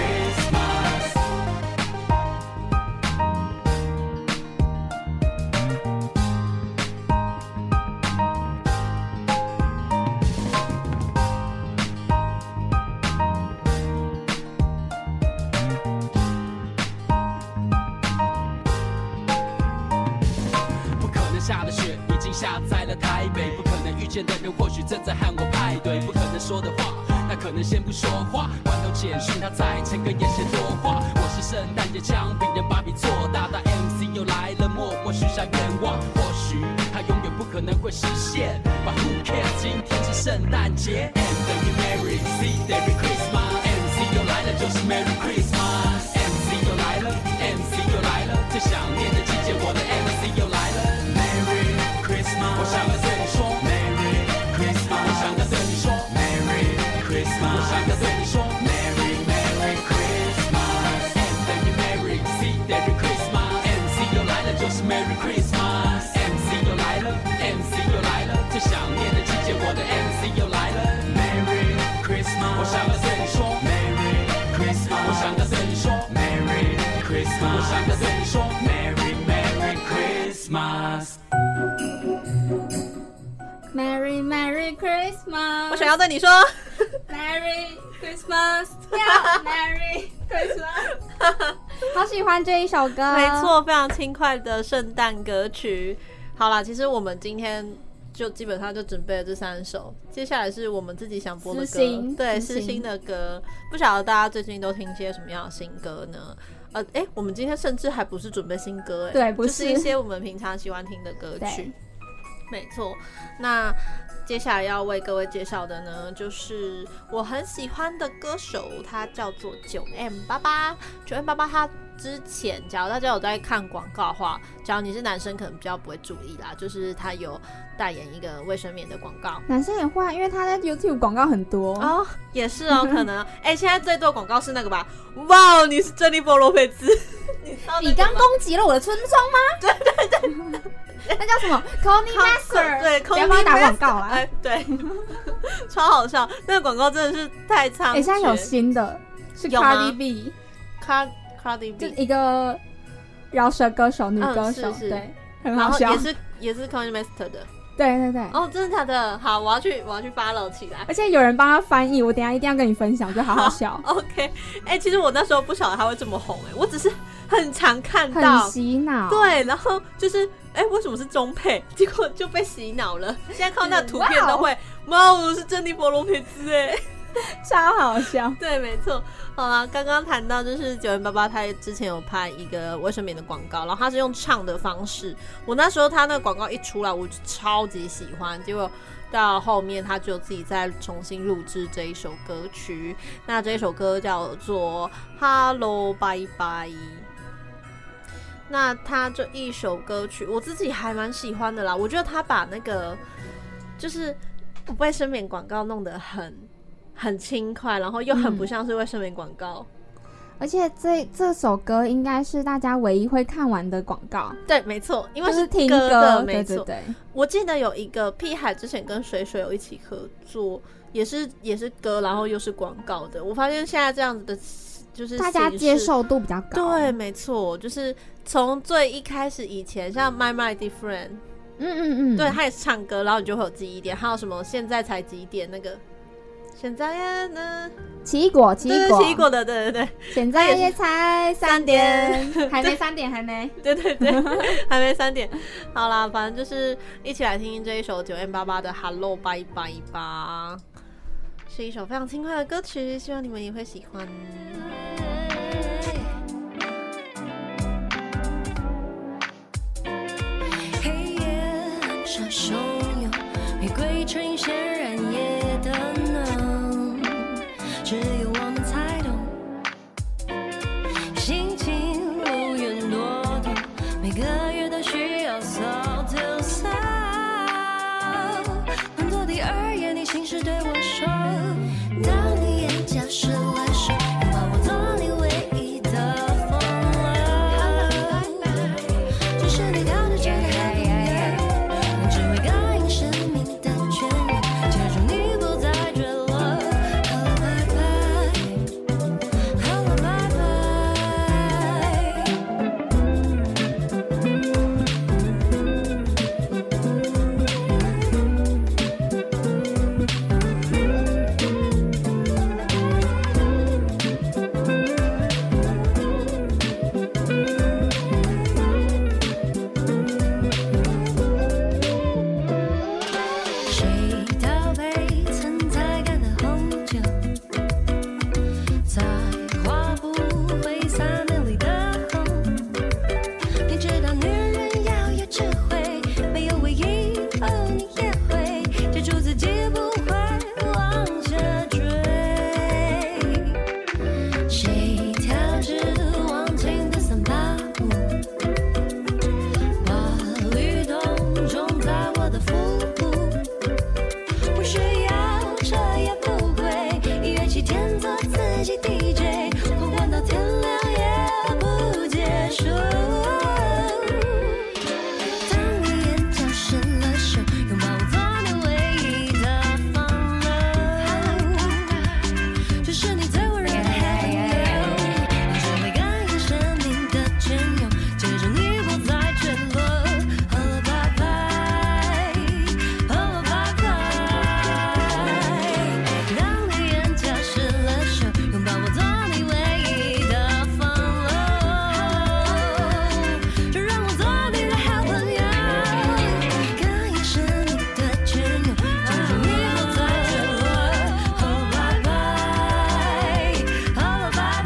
下的雪已经下在了台北，不可能遇见的人或许正在和我派对，不可能说的话，那可能先不说话。罐头简讯他在诚恳也嫌多话。我是圣诞节枪柄人把笔做大，大 MC 又来了，默默许下愿望，或许他永远不可能会实现。But who cares？ 今天是圣诞节。M 等于 Merry C 等于 Christmas，MC 又来了就是 Merry Christmas。MC 又来了 ，MC 又来了，最想念的季节，我的 MC 又来了。我想要对你说 Merry Christmas， 我想要对你说 Merry Christmas， 我想要对你说 Merry Merry Christmas。M 等于 Merry C 等于 Christmas，MC 又来了就是 Merry Christmas。MC 又来了 ，MC 又来了，最想念的季节，我的 MC 又来了。Merry Christmas， 我想要对你说 Merry Christmas， 我想要对你说 Merry Christmas， 我想要对你说 Merry Merry Christmas。Merry Merry Christmas， 我想要对你说 Merry Christmas， Merry Christmas， 好喜欢这一首歌， 没错，非常轻快的圣诞歌曲。好啦，其实我们今天就基本上就准备了这3首，接下来是我们自己想播的歌，对，私心的歌。不晓得大家最近都听些什么样的新歌呢？我们今天甚至还不是准备新歌， 对，不是， 就是一些我们平常喜欢听的歌曲。没错，那接下来要为各位介绍的呢，就是我很喜欢的歌手，他叫做9M88。9M88他之前，假如大家有在看广告的话，假如你是男生，可能比较不会注意啦，就是他有代言一个卫生棉的广告。 男生也会，因为他在 YouTube 广告很多哦，也是哦，可能。现在最多广告是那个吧？哇，你是珍妮佛罗佩兹， 你刚攻击了我的村庄吗？ 对对对。 那叫什么 ？Call me master， 对， 不要帮他打广告啦。 对，超好笑，那个广告真的是太猖獗。 现在有新的，是 Cardi B，Cardi B 就一个饶舌歌手，女歌手，对，很好笑， 也是 Call me master 的。 对对对。 哦，真的假的？好，我要去 follow 起来。 而且有人帮他翻译，我等一下一定要跟你分享，就好好笑。 OK， 其实我那时候不晓得他会这么红，我只是很常看到， 很洗脑。 对，然后就是为什么是中配？结果就被洗脑了。现在看到那图片都会，哇，是珍妮佛罗佩兹超好笑。 对，没错。好啦，刚刚谈到就是9M88，他之前有拍一个卫生棉的广告，然后他是用唱的方式。我那时候他那个广告一出来，我就超级喜欢。结果到后面他就自己再重新录制这一首歌曲。那这一首歌叫做 Hello Bye Bye。那他这一首歌曲我自己还蛮喜欢的啦，我觉得他把那个就是卫生棉广告弄得很轻快，然后又很不像是卫生棉广告。 而且这首歌应该是大家唯一会看完的广告。 对，没错，因为是听歌的，没错。 对对对，我记得有一个屁孩之前跟水水有一起合作，也是歌，然后又是广告的。我发现现在这样子的就是大家接受度比较高。 对，没错，就是从最一开始以前，像 My Mighty Friend， 对，他也是唱歌，然后你就会有记忆点。还有什么现在才几点那个。 现在呢？ 奇异果，奇异果， 奇异果的，对对对。 现在也才3点，还没3点，还没。 对对对，还没3点。好啦，反正就是一起来听听这一首9M88的《Hello Bye Bye》吧，是一首非常轻快的歌曲，希望你们也会喜欢。 黑夜闪汹涌，玫瑰呈现燃夜的浓，只有我们才懂，心情无缘多痛，每个月都需要 soul to soul。换做第二眼，你心事对我说，当你眼角湿了手，拥抱我做你唯一的风流，只是你跳着这个好朋友，我只会感应生命的眷恋，接住你不再坠落。Hello bye bye，Hello bye bye。谁倒杯存在感的红酒，才华不会洒美丽的红。你知道女人要有智慧，没有唯一，哦，你也会记住自己，不会往下坠。谁跳支忘情的三八舞，把律动种在我的腹部。不需要，这也不贵，音乐起天做自己 DJ， 狂欢到天亮也不结束。当你眼角湿了手，拥抱我做你唯一的放流，这是你最温柔的黑朋友，你只会感应生命的隽永，接着你不再坠落。Hello bye bye，Hello bye bye。当你眼角湿了手，拥抱我做你唯一的放流，就让我做你的好朋友，感应生命的隽永，接着你不再坠落。Hello bye bye，Hello bye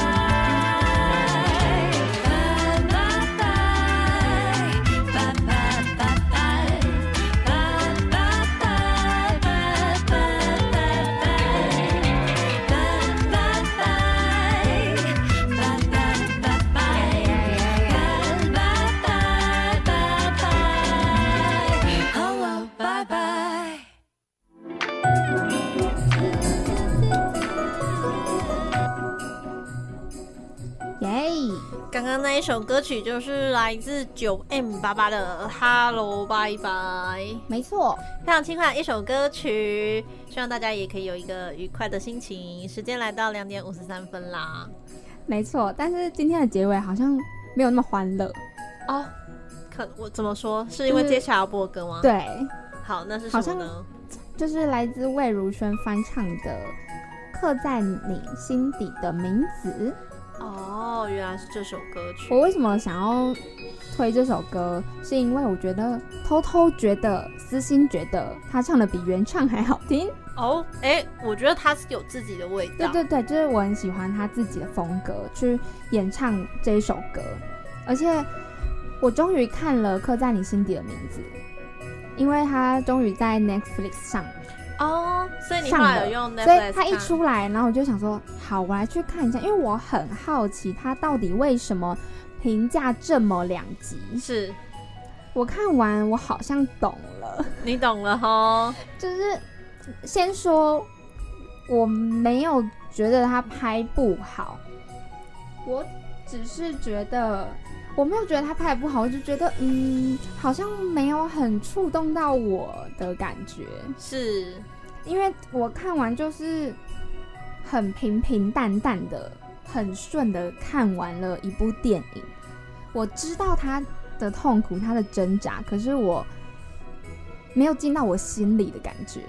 bye，Hello bye bye。 耶！ 刚刚那一首歌曲就是来自9M88的《Hello Bye Bye》， 没错， 非常轻快的一首歌曲，希望大家也可以有一个愉快的心情。时间来到2点53分啦。 没错。但是今天的结尾好像没有那么欢乐哦，我怎么说？是因为接下来要播歌吗？， 对， 好，那是什么呢？ 就是来自魏如萱翻唱的《刻在你心底的名字》。 哦，原来是这首歌曲。 我为什么想要推这首歌，是因为我觉得偷偷觉得私心觉得他唱的比原唱还好听哦。我觉得他是有自己的味道。 对对对，就是我很喜欢他自己的风格去演唱这一首歌，而且我终于看了《刻在你心底的名字》，因为他终于在 Netflix 上哦，所以你后来有用 Netflix 所以他一出来，然后我就想说，好，我来去看一下，因为我很好奇他到底为什么评价这么两极。 是我看完，我好像懂了。 你懂了齁。 就是先说，我没有觉得他拍不好，我只是觉得我没有觉得他拍得不好，我就觉得好像没有很触动到我的感觉。 是因为我看完就是很平平淡淡的很顺的看完了一部电影，我知道他的痛苦他的挣扎，可是我没有进到我心里的感觉。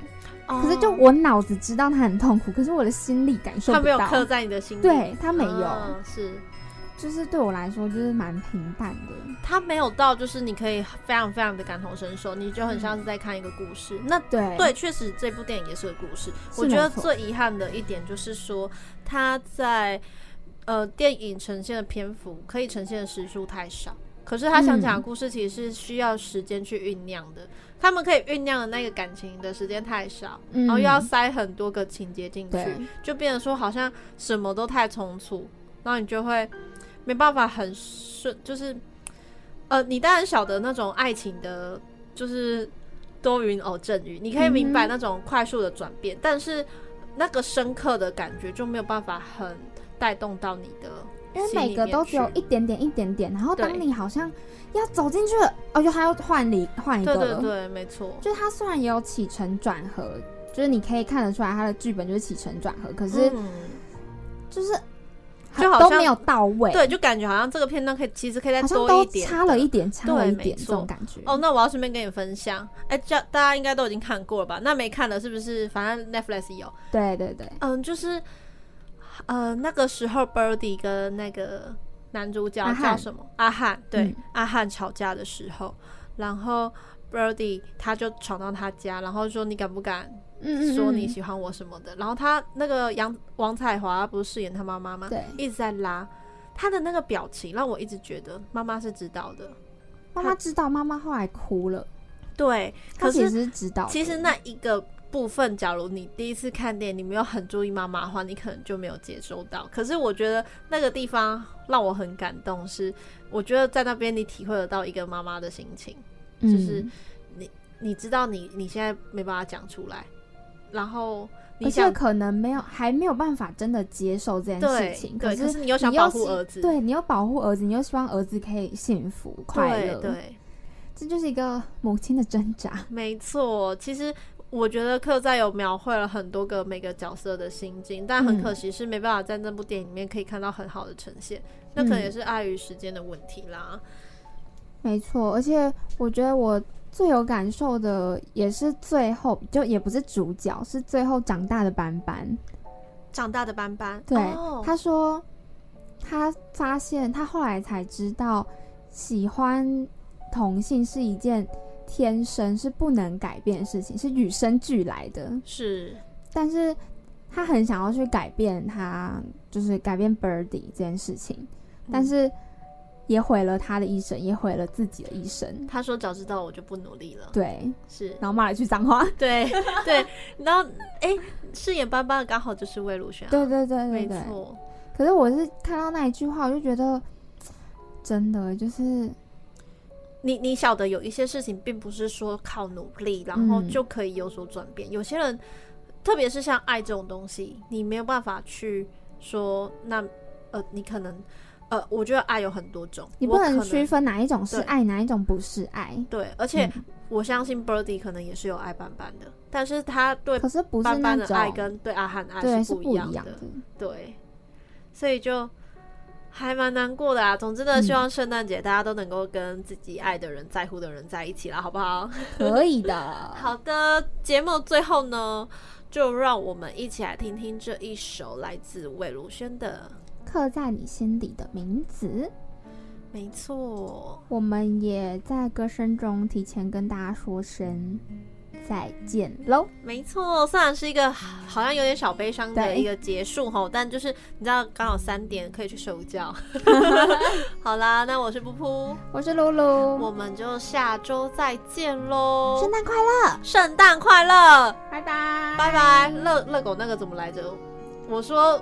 可是就我脑子知道他很痛苦，可是我的心里感受不到。 他没有刻在你的心里， 对他没有， 是。 就是对我来说就是蛮平淡的， 他没有到就是你可以非常非常的感同身受，你就很像是在看一个故事。那对，确实这部电影也是个故事。我觉得最遗憾的一点就是说，他在电影呈现的篇幅可以呈现的时数太少，可是他想讲的故事其实是需要时间去酝酿的。他们可以酝酿的那个感情的时间太少，然后又要塞很多个情节进去，就变成说好像什么都太匆促，然后你就会没办法很顺，就是你当然晓得那种爱情的，就是多云偶阵雨，你可以明白那种快速的转变，但是那个深刻的感觉就没有办法很带动到你的心里面去， 因为每个都只有一点点一点点，然后当你好像要走进去了，就还要换一个了。 对，没错。 就是它虽然也有起承转合，就是你可以看得出来它的剧本就是起承转合，可是就是就好像都没有到位， 对，就感觉好像这个片段其实可以再多一点， 差了一点这种感觉。 那我要顺便跟你分享，大家应该都已经看过了吧？那没看的是不是？反正 Netflix 有。 对， 就是那个时候 Birdy 跟那个男主角叫什么？阿汉，对，阿汉吵架的时候，然后 Birdy 他就闯到他家，然后说你敢不敢说你喜欢我什么的，然后他那个王彩华不是饰演他妈妈吗？ 对， 一直在拉他的那个表情，让我一直觉得妈妈是知道的。 妈妈知道，妈妈后来哭了。 对， 可是其实是知道的。 其实那一个部分，假如你第一次看电影，你没有很注意妈妈的话，你可能就没有接收到。可是我觉得那个地方让我很感动，是我觉得在那边你体会得到一个妈妈的心情，就是你知道你现在没办法讲出来。然后而且可能还没有办法真的接受这件事情， 可是你又想保护儿子， 对，你又保护儿子，你又希望儿子可以幸福快乐， 对， 这就是一个母亲的挣扎。 没错，其实我觉得刻在有描绘了很多个每个角色的心境，但很可惜是没办法在那部电影里面可以看到很好的呈现，那可能也是碍于时间的问题啦。 没错，而且我觉得我最有感受的也是最后，就也不是主角，是最后长大的斑斑。 长大的斑斑， 对，他说他发现他后来才知道，喜欢同性是一件天生是不能改变的事情，是与生俱来的。 是， 但是他很想要去改变他，就是改变 Birdy 这件事情，但是也毁了他的一生，也毁了自己的一生。 他说早知道我就不努力了。 对， 是， 然后骂了一句脏话。 对对，然后饰演斑斑的刚好就是魏如萱。 对， 没错。 可是我是看到那一句话，我就觉得真的就是你晓得有一些事情并不是说靠努力然后就可以有所转变，有些人特别是像爱这种东西，你没有办法去说那你可能我觉得爱有很多种， 你不能区分哪一种是爱，哪一种不是爱。 对，而且我相信 Birdy 可能也是有爱斑斑的，但是他对可是不是斑斑的爱跟对阿汉的爱是不一样的。对，所以就还蛮难过的啊。总之呢，希望圣诞节大家都能够跟自己爱的人、在乎的人在一起啦，好不好？ 可以的。 好的，节目最后呢，就让我们一起来听听这一首来自魏如萱的 《刻在你心底的名字》。 没错， 我们也在歌声中提前跟大家说声再见喽。 没错，虽然是一个好像有点小悲伤的一个结束吼，但就是你知道刚好3点可以去睡午觉。好啦，那我是噗噗， 我是露露， 我们就下周再见喽！ 圣诞快乐， 圣诞快乐， 拜拜， 拜拜。热狗那个怎么来着？我说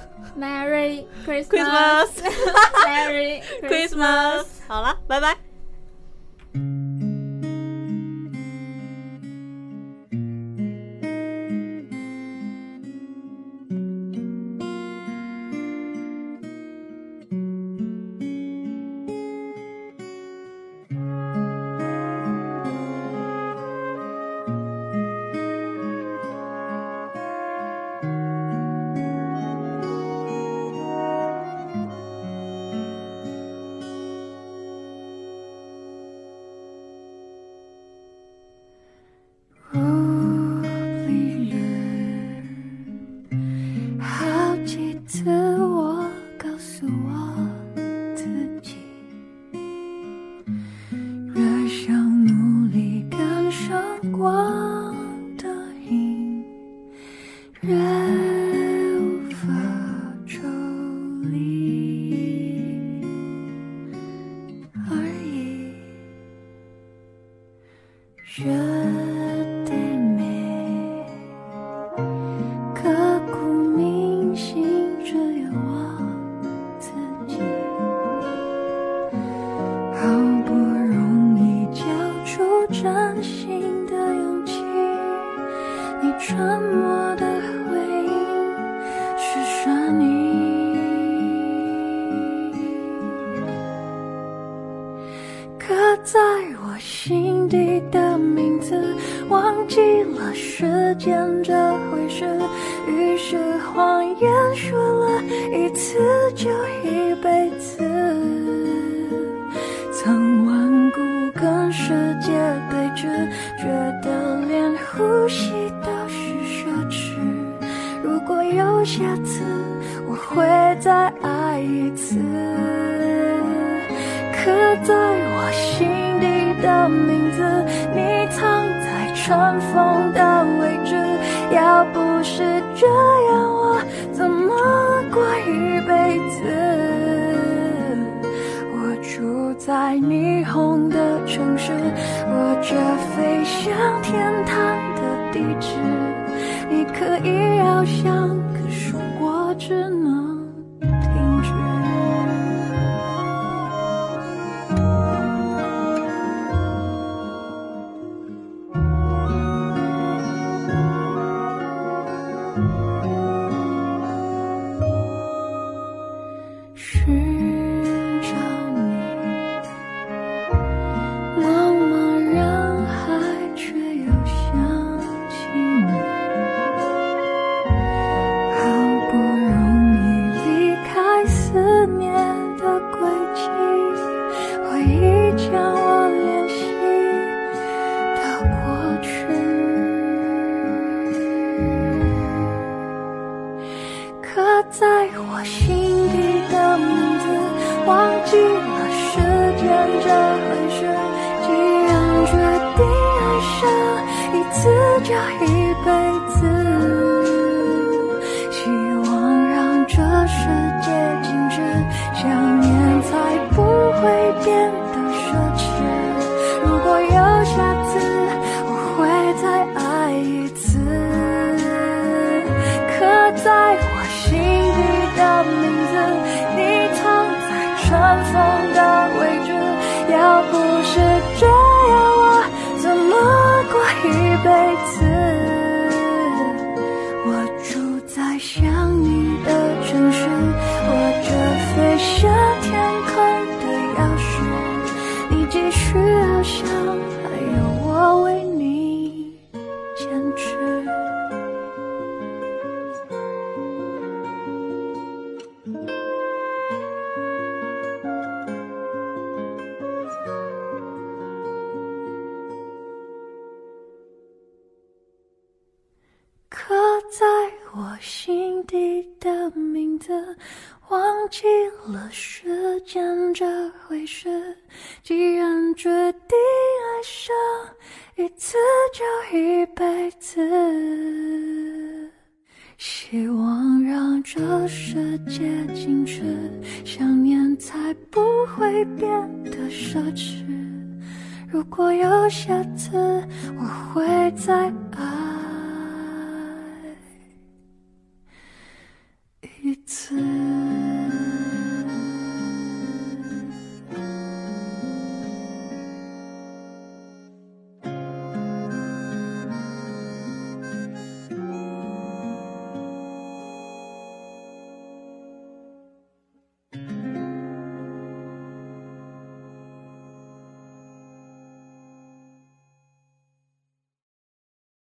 Merry Christmas，Merry Christmas。好了，拜拜。 却无法抽离而已。Je t'aimais，刻骨铭心，只有我自己。好不容易交出真心的勇气，你沉默的回应是善意。刻在我心底的名字，忘记了时间这回事，于是谎言说了一次就一辈子。曾顽固跟世界对峙，觉得连呼吸都是奢侈。如果有下次，我会再爱一次。刻在我心底的名字，你藏在尘封的位置。要不是这样，我怎么过一辈子？我住在霓虹的城市，我这飞向天堂的地址。你可以翱翔，可是我只能停止。寻找你，茫茫人海，却又想起你。好不容易离开思念的轨迹，回忆将我联系到过去。刻在我心底的名字，忘记了时间这回事。既然决定爱上一次就一辈子，希望让这世界静止，想念才不会变得奢侈。如果有下次，我会再爱一次。刻在我心底的名字，你藏在尘封的位置。要不是这样，我怎么过一辈子？我住在想你的城市，我这飞向天空的钥匙。你继续翱翔，还有我为你坚持。刻在我心底的名字，忘记了时间这回事。既然决定爱上一次就一辈子，希望让这世界静止，想念才不会变得奢侈。如果有下次，我会再爱